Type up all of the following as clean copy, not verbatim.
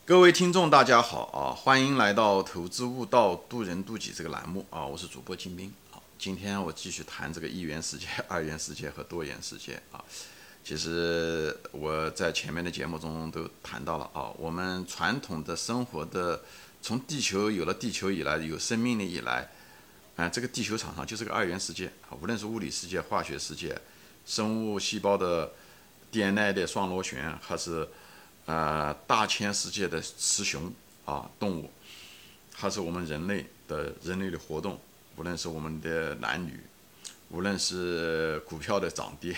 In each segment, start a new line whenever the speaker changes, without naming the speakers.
各位听众，大家好啊！欢迎来到投资悟道，渡人渡己这个栏目啊！我是主播金兵啊。今天我继续谈这个一元世界、二元世界和多元世界啊。其实我在前面的节目中都谈到了啊，我们传统的生活的，从地球有了地球以来，有生命力以来，这个地球场上就是个二元世界啊，无论是物理世界、化学世界、生物细胞的 DNA 的双螺旋，还是大千世界的雌雄动物，还是我们人类的活动，无论是我们的男女，无论是股票的涨跌，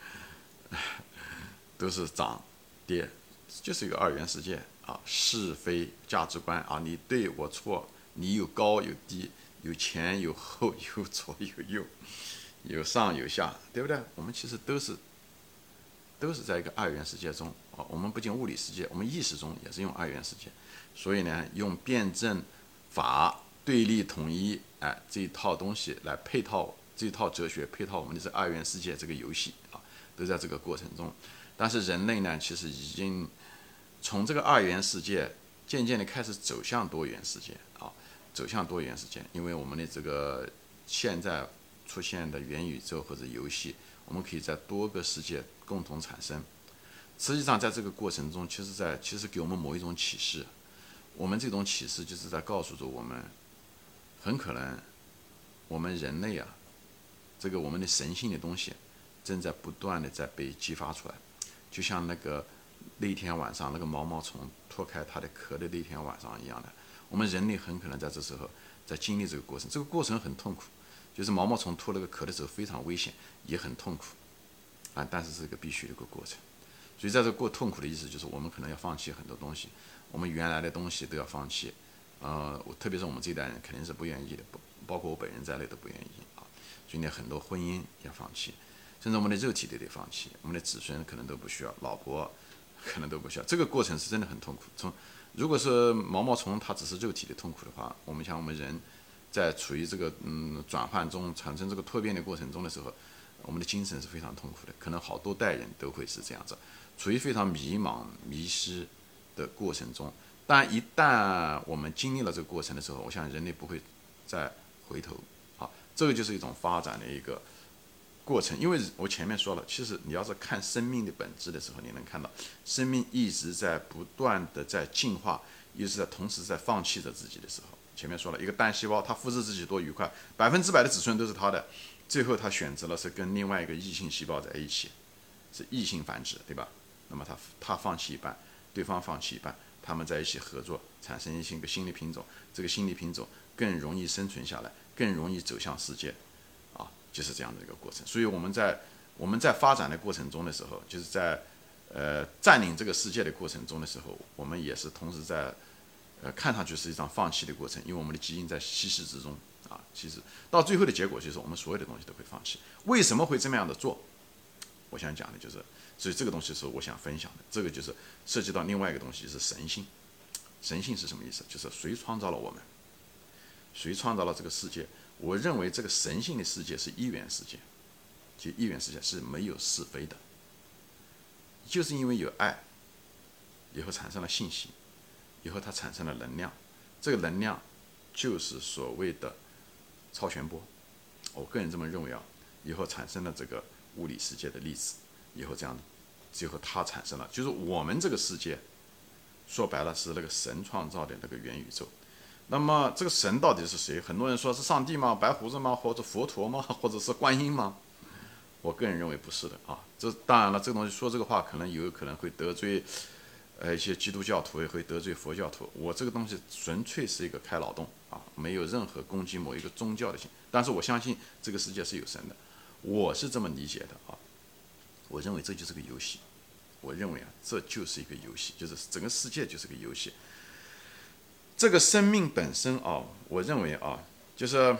都是涨跌，就是一个二元世界啊，是非价值观啊，你对我错，你有高有低，有前有后，有左有右，有上有下，对不对？我们其实都是在一个二元世界中啊。我们不仅物理世界，我们意识中也是用二元世界。所以呢，用辩证法对立统一，这一套东西来配套，这一套哲学配套我们的这二元世界这个游戏啊，都在这个过程中。但是人类呢，其实已经从这个二元世界渐渐的开始走向多元世界啊，走向多元世界。因为我们的这个现在出现的元宇宙或者游戏，我们可以在多个世界共同产生。实际上，在这个过程中，其实给我们某一种启示。我们这种启示就是在告诉着我们，很可能我们人类这个我们的神性的东西，正在不断的在被激发出来。就像那天晚上那个毛毛虫脱开它的壳的那天晚上一样的，我们人类很可能在这时候在经历这个过程。这个过程很痛苦，就是毛毛虫脱了个壳的时候非常危险，也很痛苦但是是一个必须的一个过程。所以在这过痛苦的意思就是我们可能要放弃很多东西，我们原来的东西都要放弃。特别是我们这一代人肯定是不愿意的，包括我本人在内都不愿意啊。所以呢，很多婚姻要放弃，甚至我们的肉体都得放弃，我们的子孙可能都不需要，老婆可能都不需要。这个过程是真的很痛苦。如果是毛毛虫它只是肉体的痛苦的话，我们人在处于这个转换中产生这个蜕变的过程中的时候，我们的精神是非常痛苦的，可能好多代人都会是这样子，处于非常迷茫、迷失的过程中。但一旦我们经历了这个过程的时候，我想人类不会再回头这个就是一种发展的一个过程。因为我前面说了，其实你要是看生命的本质的时候，你能看到生命一直在不断的在进化，一直在同时在放弃着自己的时候。前面说了，一个单细胞它复制自己多愉快，100%的子孙都是它的，最后它选择了是跟另外一个异性细胞在一起，是异性繁殖，对吧？那么它放弃一半，对方放弃一半，他们在一起合作，产生一个新的品种。这个新的品种更容易生存下来，更容易走向世界就是这样的一个过程。所以我们在发展的过程中的时候，就是在占领这个世界的过程中的时候，我们也是同时在看上去是一场放弃的过程，因为我们的基因在稀释之中其实到最后的结果就是我们所有的东西都会放弃。为什么会这么样的做？我想讲的就是，所以这个东西是我想分享的。这个就是涉及到另外一个东西，就是神性。神性是什么意思？就是谁创造了我们，谁创造了这个世界。我认为这个神性的世界是一元世界，其实一元世界是没有是非的，就是因为有爱，以后产生了信息，以后它产生了能量，这个能量就是所谓的超弦波。我个人这么认为以后产生了这个物理世界的粒子，以后这样，最后它产生了，就是我们这个世界，说白了是那个神创造的那个元宇宙。那么这个神到底是谁？很多人说是上帝吗？白胡子吗？或者佛陀吗？或者是观音吗？我个人认为不是的这当然了，这个东西说这个话有可能会得罪一些基督教徒，也会得罪佛教徒。我这个东西纯粹是一个开脑洞没有任何攻击某一个宗教的性。但是我相信这个世界是有神的，我是这么理解的我认为这就是个游戏，我认为这就是一个游戏，就是整个世界就是个游戏。这个生命本身我认为就是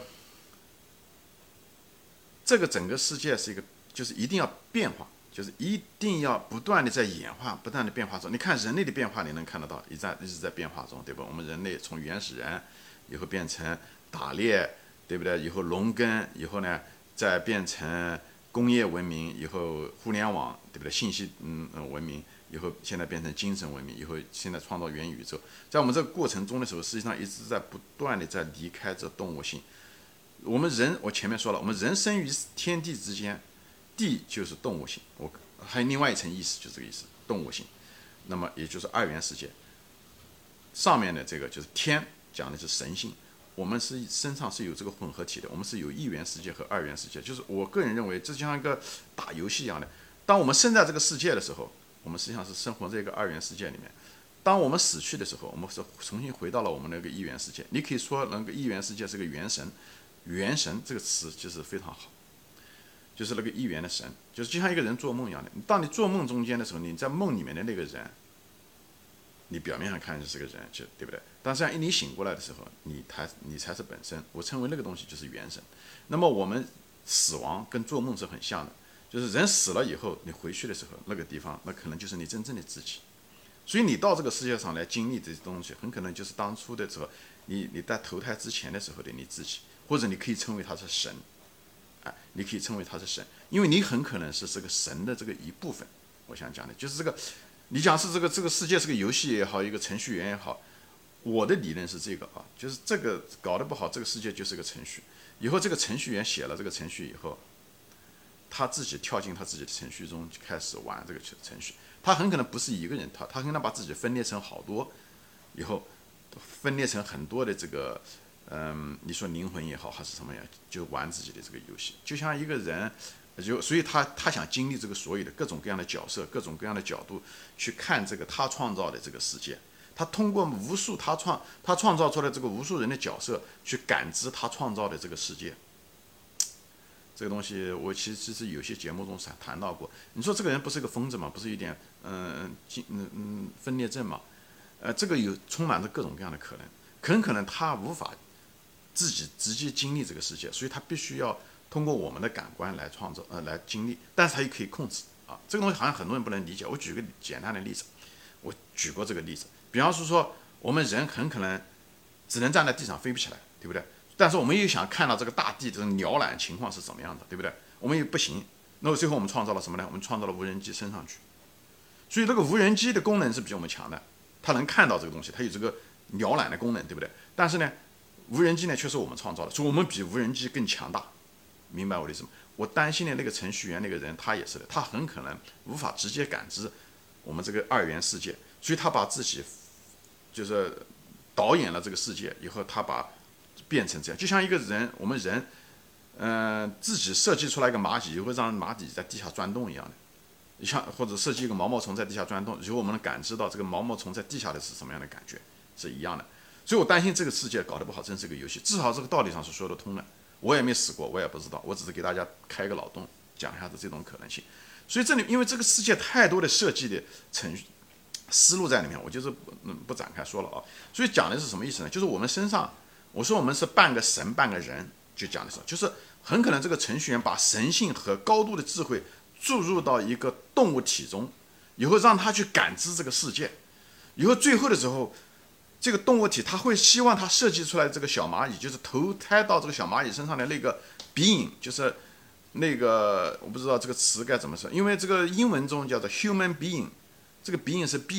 这个整个世界是一个，就是一定要变化，就是一定要不断的在演化，不断的变化中。你看人类的变化，你能看得到，一直在变化中，对吧？我们人类从原始人以后变成打猎，对不对？以后农耕，以后呢再变成工业文明，以后互联网，对不对？信息文明， 以后现在变成精神文明，以后现在创造元宇宙，在我们这个过程中的时候，实际上一直在不断的在离开这动物性。我们人，我前面说了，我们人生于天地之间，地就是动物性，还有另外一层意思，就是这个意思，动物性。那么也就是二元世界，上面的这个就是天，讲的是神性。我们是身上是有这个混合体的，我们是有一元世界和二元世界。就是我个人认为，这就像一个打游戏一样的。当我们生在这个世界的时候，我们实际上是生活在一个二元世界里面。当我们死去的时候，我们是重新回到了我们那个一元世界。你可以说那个一元世界是个元神，元神这个词就是非常好，就是那个一元的神，就像一个人做梦一样的。当你做梦中间的时候，你在梦里面的那个人，你表面上看就是个人，对不对？但是你醒过来的时候，你才是本身。我称为那个东西就是元神。那么我们死亡跟做梦是很像的，就是人死了以后，你回去的时候，那个地方那可能就是你真正的自己。所以你到这个世界上来经历这些东西，很可能就是当初的时候，你在投胎之前的时候的你自己，或者你可以称为他是神，你可以称为他是神，因为你很可能是这个神的这个一部分。我想讲的就是这个，你讲是这个世界是个游戏也好，一个程序员也好，我的理论是这个啊，就是这个搞得不好，这个世界就是个程序。以后这个程序员写了这个程序以后，他自己跳进他自己的程序中开始玩这个程序。他很可能不是一个人，他可能把自己分裂成好多，以后分裂成很多的这个，你说灵魂也好还是什么呀，就玩自己的这个游戏。就像一个人，所以他想经历这个所有的各种各样的角色、各种各样的角度去看这个他创造的这个世界。他通过无数他创造出来这个无数人的角色去感知他创造的这个世界。这个东西我其实有些节目中谈到过。你说这个人不是个疯子吗？不是有点分裂症吗？这个充满着各种各样的可能。很可能他无法自己直接经历这个世界，所以他必须要通过我们的感官来创造来经历，但是他也可以控制啊。这个东西好像很多人不能理解。我举个简单的例子，我举过这个例子，比方说我们人很可能只能站在地上飞不起来，对不对？但是我们又想看到这个大地这种鸟览情况是怎么样的，对不对？我们又不行，那么最后我们创造了什么呢？我们创造了无人机升上去。所以这个无人机的功能是比我们强的，它能看到这个东西，它有这个鸟览的功能，对不对？但是呢，无人机呢却是我们创造的，所以我们比无人机更强大。明白我的意思吗？我担心的那个程序员那个人，他也是的，他很可能无法直接感知我们这个二元世界，所以他把自己就是导演了这个世界以后，他把变成这样，就像一个人，我们人，自己设计出来一个蚂蚁，也会让蚂蚁在地下钻洞一样的。你像或者设计一个毛毛虫在地下钻洞，以后我们能感知到这个毛毛虫在地下的是什么样的感觉，是一样的。所以我担心这个世界搞得不好，真是个游戏。至少这个道理上是说得通的。我也没死过，我也不知道，我只是给大家开个脑洞，讲一下子这种可能性。所以这里因为这个世界太多的设计的程序思路在里面，我就是不展开说了啊。所以讲的是什么意思呢？就是我们身上。我说我们是半个神半个人，就讲的是，就是很可能这个程序员把神性和高度的智慧注入到一个动物体中，以后让他去感知这个世界，以后最后的时候，这个动物体他会希望他设计出来的这个小蚂蚁，就是投胎到这个小蚂蚁身上的那个 being， 就是那个我不知道这个词该怎么说，因为这个英文中叫做 human being， 这个 being 是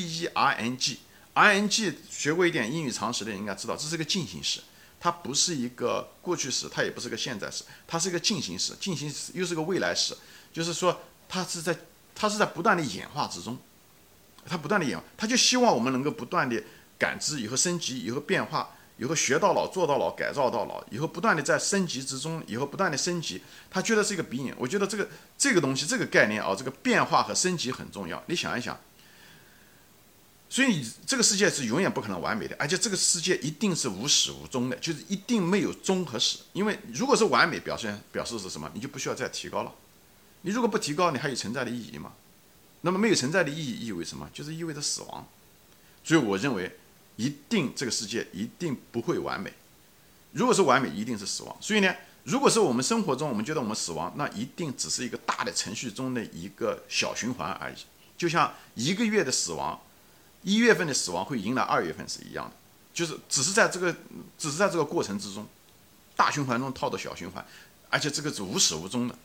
BERNG， 学过一点英语常识的人应该知道，这是个进行时。它不是一个过去时，它也不是个现在时，它是一个进行时，进行时又是个未来时，就是说它是在不断的演化之中，它不断的演化，它就希望我们能够不断的感知，以后升级，以后变化，以后学到老，做到老，改造到老，以后不断的在升级之中，以后不断的升级，它觉得是一个鼻影。我觉得这个东西，这个概念啊，这个变化和升级很重要。你想一想。所以这个世界是永远不可能完美的，而且这个世界一定是无始无终的，就是一定没有终和始。因为如果是完美，表示是什么？你就不需要再提高了。你如果不提高，你还有存在的意义吗？那么没有存在的意义意味什么？就是意味着死亡。所以我认为，这个世界一定不会完美。如果是完美，一定是死亡。所以呢，如果是我们生活中我们觉得我们死亡，那一定只是一个大的程序中的一个小循环而已。就像一个月的死亡。1月份的死亡会迎来2月份是一样的，就是只是在这个过程之中，大循环中套的小循环，而且这个是无始无终的，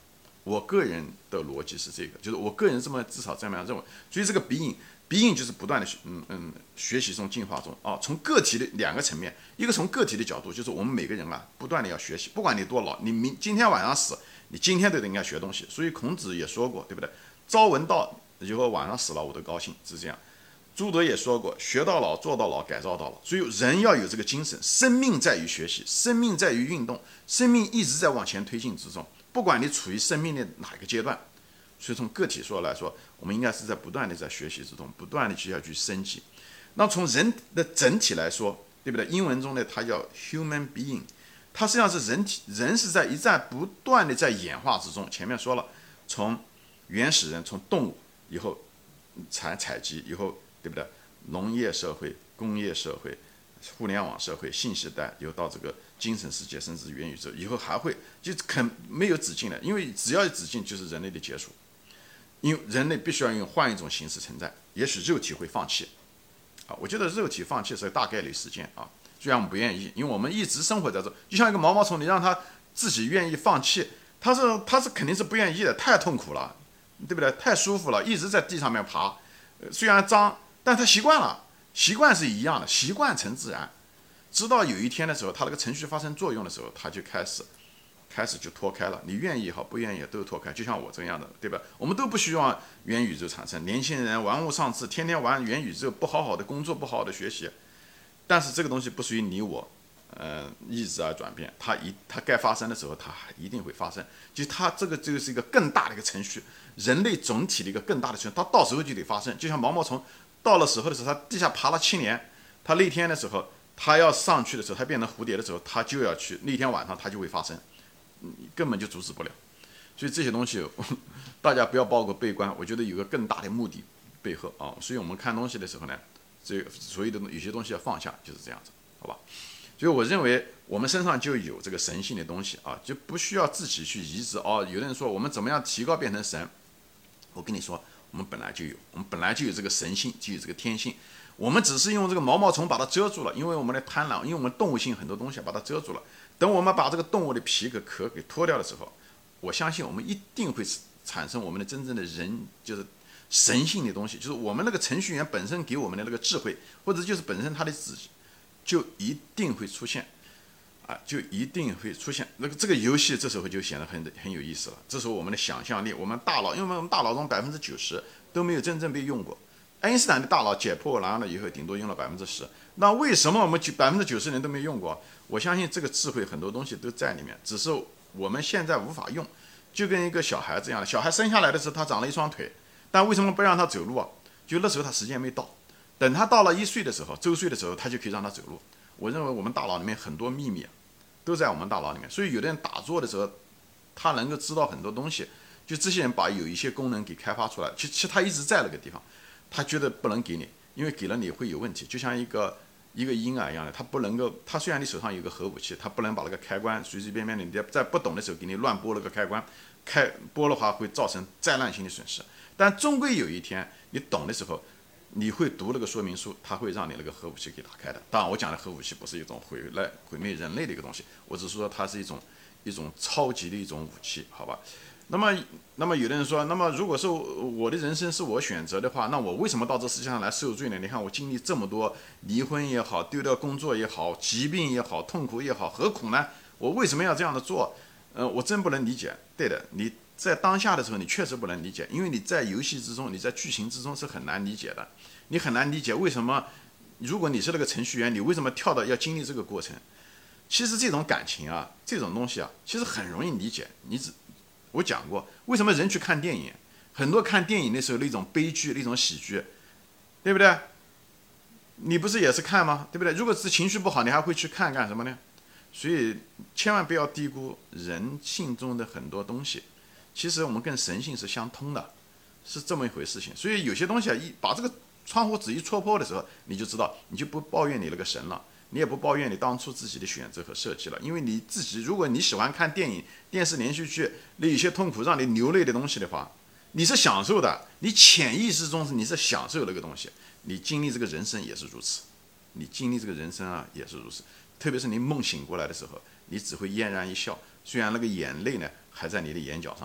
我个人的逻辑是这个，就是我个人至少这么样认为。所以这个鼻影就是不断的学习中进化中啊。从个体的两个层面，一个从个体的角度，就是我们每个人啊不断的要学习，不管你多老，你今天晚上死，你今天都得应该学东西。所以孔子也说过，对不对？朝闻道，以后晚上死了我都高兴，是这样。朱德也说过，学到老，做到老，改造到老。所以人要有这个精神，生命在于学习，生命在于运动，生命一直在往前推进之中。不管你处于生命的哪个阶段，所以从个体说来说，我们应该是在不断的在学习之中，不断的要去升级。那从人的整体来说，对不对？英文中呢，它叫 human being， 它实际上是人体，人是在不断的在演化之中。前面说了，从原始人，从动物以后采集以后。对不对？农业社会、工业社会、互联网社会、信息代，又到这个精神世界，甚至元宇宙，以后还会就没有止境的，因为只要有止境，就是人类的结束。因为人类必须要用换一种形式存在，也许肉体会放弃啊。我觉得肉体放弃是大概率事件啊，虽然我们不愿意，因为我们一直生活在这，就像一个毛毛虫，你让它自己愿意放弃，它是肯定是不愿意的，太痛苦了，对不对？太舒服了，一直在地上面爬，虽然脏。但他习惯了，习惯是一样的，习惯成自然。直到有一天的时候，他那个程序发生作用的时候，他就开始就脱开了。你愿意也好，不愿意也都脱开。就像我这样的，对吧？我们都不希望元宇宙产生。年轻人玩物丧志，天天玩元宇宙，不好好的工作，不好好的学习。但是这个东西不属于你我，意志而转变。它该发生的时候，它一定会发生。就它这个就是一个更大的一个程序，人类总体的一个更大的程序，它到时候就得发生。就像毛毛虫。到了时候的时候，它地下爬了7年，它那天的时候，它要上去的时候，它变成蝴蝶的时候，它就要去。那天晚上它就会发生，根本就阻止不了。所以这些东西，大家不要抱个悲观，我觉得有个更大的目的背后啊。所以我们看东西的时候呢，这个所有的有些东西要放下，就是这样子，好吧？所以我认为我们身上就有这个神性的东西啊，就不需要自己去移植哦。有的人说我们怎么样提高变成神？我跟你说。我们本来就有，这个神性，就有这个天性。我们只是用这个毛毛虫把它遮住了，因为我们的贪婪，因为我们动物性很多东西把它遮住了。等我们把这个动物的皮壳给脱掉的时候，我相信我们一定会产生我们的真正的人，就是神性的东西，就是我们那个程序员本身给我们的那个智慧，或者就是本身他的自己，就一定会出现。就一定会出现这个游戏，这时候就显得很有意思了。这时候我们的想象力，我们大脑，因为我们大脑中90%都没有真正被用过。爱因斯坦的大脑解剖完了以后，顶多用了10%。那为什么我们90%人都没用过？我相信这个智慧很多东西都在里面，只是我们现在无法用。就跟一个小孩子一样的，小孩生下来的时候他长了一双腿，但为什么不让他走路啊？就那时候他时间没到，等他到了1岁的时候，周岁的时候，他就可以让他走路。我认为我们大脑里面很多秘密都在我们大脑里面，所以有的人打坐的时候，他能够知道很多东西，就这些人把有一些功能给开发出来，其实他一直在那个地方，他觉得不能给你，因为给了你会有问题，就像一个婴儿一样的，他不能够，他虽然你手上有个核武器，他不能把那个开关随随便便的，你在不懂的时候给你乱拨了个开关，拨的话会造成灾难性的损失，但终归有一天你懂的时候。你会读那个说明书，它会让你那个核武器给打开的。当然，我讲的核武器不是一种毁灭人类的一个东西，我只是说它是一种超级的一种武器，好吧？那么有的人说，那么如果是我的人生是我选择的话，那我为什么到这世界上来受罪呢？你看我经历这么多，离婚也好，丢掉工作也好，疾病也好，痛苦也好，何苦呢？我为什么要这样的做？我真不能理解。对的，你在当下的时候，你确实不能理解，因为你在游戏之中，你在剧情之中是很难理解的。你很难理解为什么，如果你是那个程序员，你为什么跳到要经历这个过程？其实这种感情啊，这种东西啊，其实很容易理解。我讲过，为什么人去看电影，很多看电影的时候那种悲剧、那种喜剧，对不对？你不是也是看吗？对不对？如果是情绪不好，你还会去看干什么呢？所以千万不要低估人性中的很多东西。其实我们跟神性是相通的，是这么一回事情。所以有些东西啊，把这个窗户纸一戳破的时候，你就知道，你就不抱怨你那个神了，你也不抱怨你当初自己的选择和设计了，因为你自己，如果你喜欢看电影、电视连续剧，那有些痛苦让你流泪的东西的话，你是享受的，你潜意识中你是享受那个东西，你经历这个人生也是如此，你经历这个人生啊也是如此，特别是你梦醒过来的时候，你只会嫣然一笑，虽然那个眼泪呢还在你的眼角上，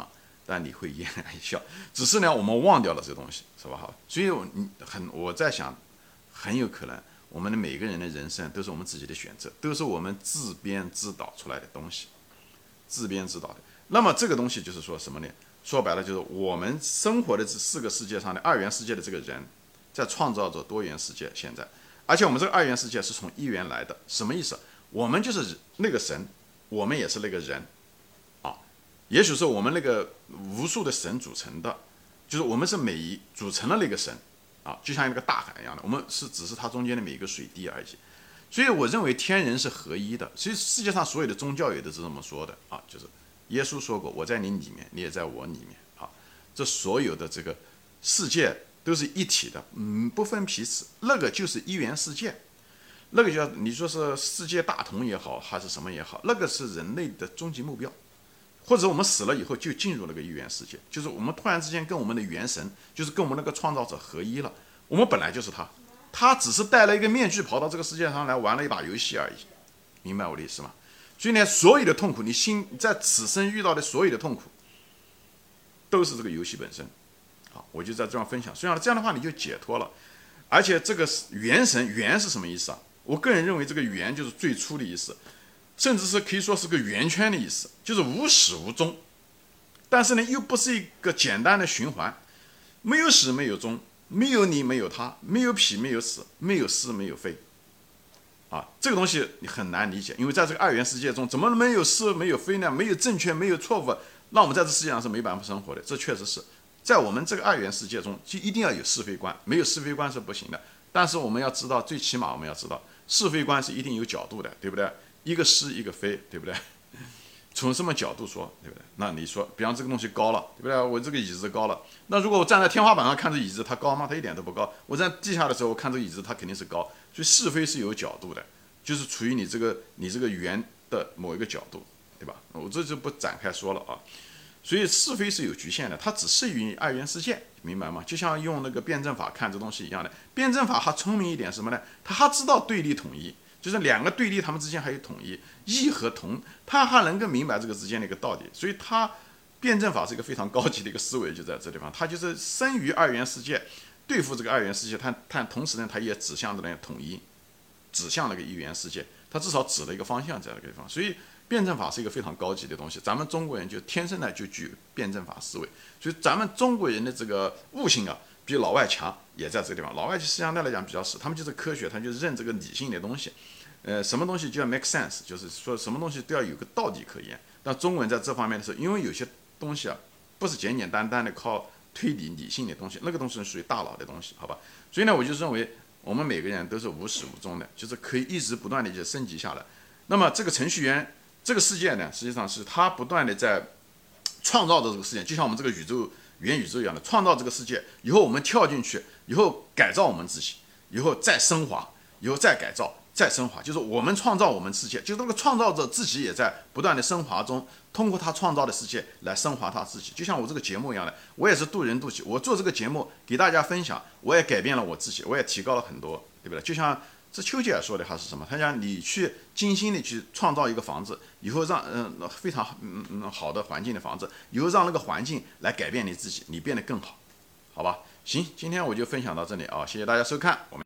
但你会嫣然一笑。只是呢，我们忘掉了这个东西，是吧？好，所以我在想，很有可能我们的每个人的人生都是我们自己的选择，都是我们自编自导出来的东西，自编自导的。那么这个东西就是说什么呢？说白了就是我们生活的这4个世界上的二元世界的这个人，在创造着多元世界。现在，而且我们这个二元世界是从一元来的，什么意思？我们就是那个神，我们也是那个人啊。也许是我们那个无数的神组成的，就是我们是组成了那个神啊，就像那个大海一样的，我们只是它中间的每一个水滴而已。所以我认为天人是合一的。所以世界上所有的宗教也都是这么说的啊，就是耶稣说过，我在你里面，你也在我里面啊。这所有的这个世界都是一体的，不分彼此，那个就是一元世界。那个叫你说是世界大同也好，还是什么也好，那个是人类的终极目标。或者我们死了以后就进入那个一元世界，就是我们突然之间跟我们的元神，就是跟我们那个创造者合一了。我们本来就是他，他只是戴了一个面具跑到这个世界上来玩了一把游戏而已，明白我的意思吗？所以呢，所有的痛苦，你在此生遇到的所有的痛苦，都是这个游戏本身。好，我就在这样分享。这样的话你就解脱了。而且这个元神，元是什么意思啊？我个人认为这个元就是最初的意思，甚至是可以说是个圆圈的意思，就是无始无终。但是呢，又不是一个简单的循环，没有始没有终，没有你没有他，没有彼没有死，没有是没有非。啊，这个东西你很难理解，因为在这个二元世界中，怎么没有是没有非呢？没有正确，没有错误，让我们在这世界上是没办法生活的。这确实是在我们这个二元世界中，就一定要有是非观，没有是非观是不行的。但是我们要知道，最起码我们要知道，是非观是一定有角度的，对不对？一个是一个非，对不对？从什么角度说，对不对？那你说，比方这个东西高了，对不对？我这个椅子高了，那如果我站在天花板上看这椅子，它高吗？它一点都不高。我在地下的时候看这个椅子，它肯定是高。所以是非是有角度的，就是处于你这个圆的某一个角度，对吧？我这就不展开说了啊。所以是非是有局限的，它只适于二元世界，明白吗？就像用那个辩证法看这东西一样的。辩证法它聪明一点什么呢？它还知道对立统一。就是两个对立，他们之间还有统一，异和同，他还能够明白这个之间的一个道理，所以他辩证法是一个非常高级的一个思维，就在这地方，他就是生于二元世界，对付这个二元世界，他同时呢，他也指向的那个统一，指向那个一元世界，他至少指了一个方向在那个地方，所以辩证法是一个非常高级的东西，咱们中国人就天生呢就具有辩证法思维，所以咱们中国人的这个悟性啊，比老外强，也在这个地方。老外就相对来讲比较死，他们就是科学，他们就是认这个理性的东西。什么东西就要 make sense， 就是说什么东西都要有个道理可言。但中国人在这方面的时候，因为有些东西啊，不是简简单单的靠推理理性的东西，那个东西是属于大脑的东西，好吧？所以呢，我就认为我们每个人都是无始无终的，就是可以一直不断的就升级下来。那么这个程序员，这个世界呢，实际上是他不断的在创造着这个世界，就像我们这个宇宙元宇宙一样的创造这个世界。以后我们跳进去，以后改造我们自己，以后再升华，以后再改造。再升华，就是我们创造我们世界，就是那个创造者自己也在不断的升华中，通过他创造的世界来升华他自己。就像我这个节目一样的，我也是渡人渡己，我做这个节目给大家分享，我也改变了我自己，我也提高了很多，对不对？就像这丘吉尔说的，还是什么？他讲你去精心的去创造一个房子，以后让非常好的环境的房子，以后让那个环境来改变你自己，你变得更好，好吧？行，今天我就分享到这里啊，谢谢大家收看，我们。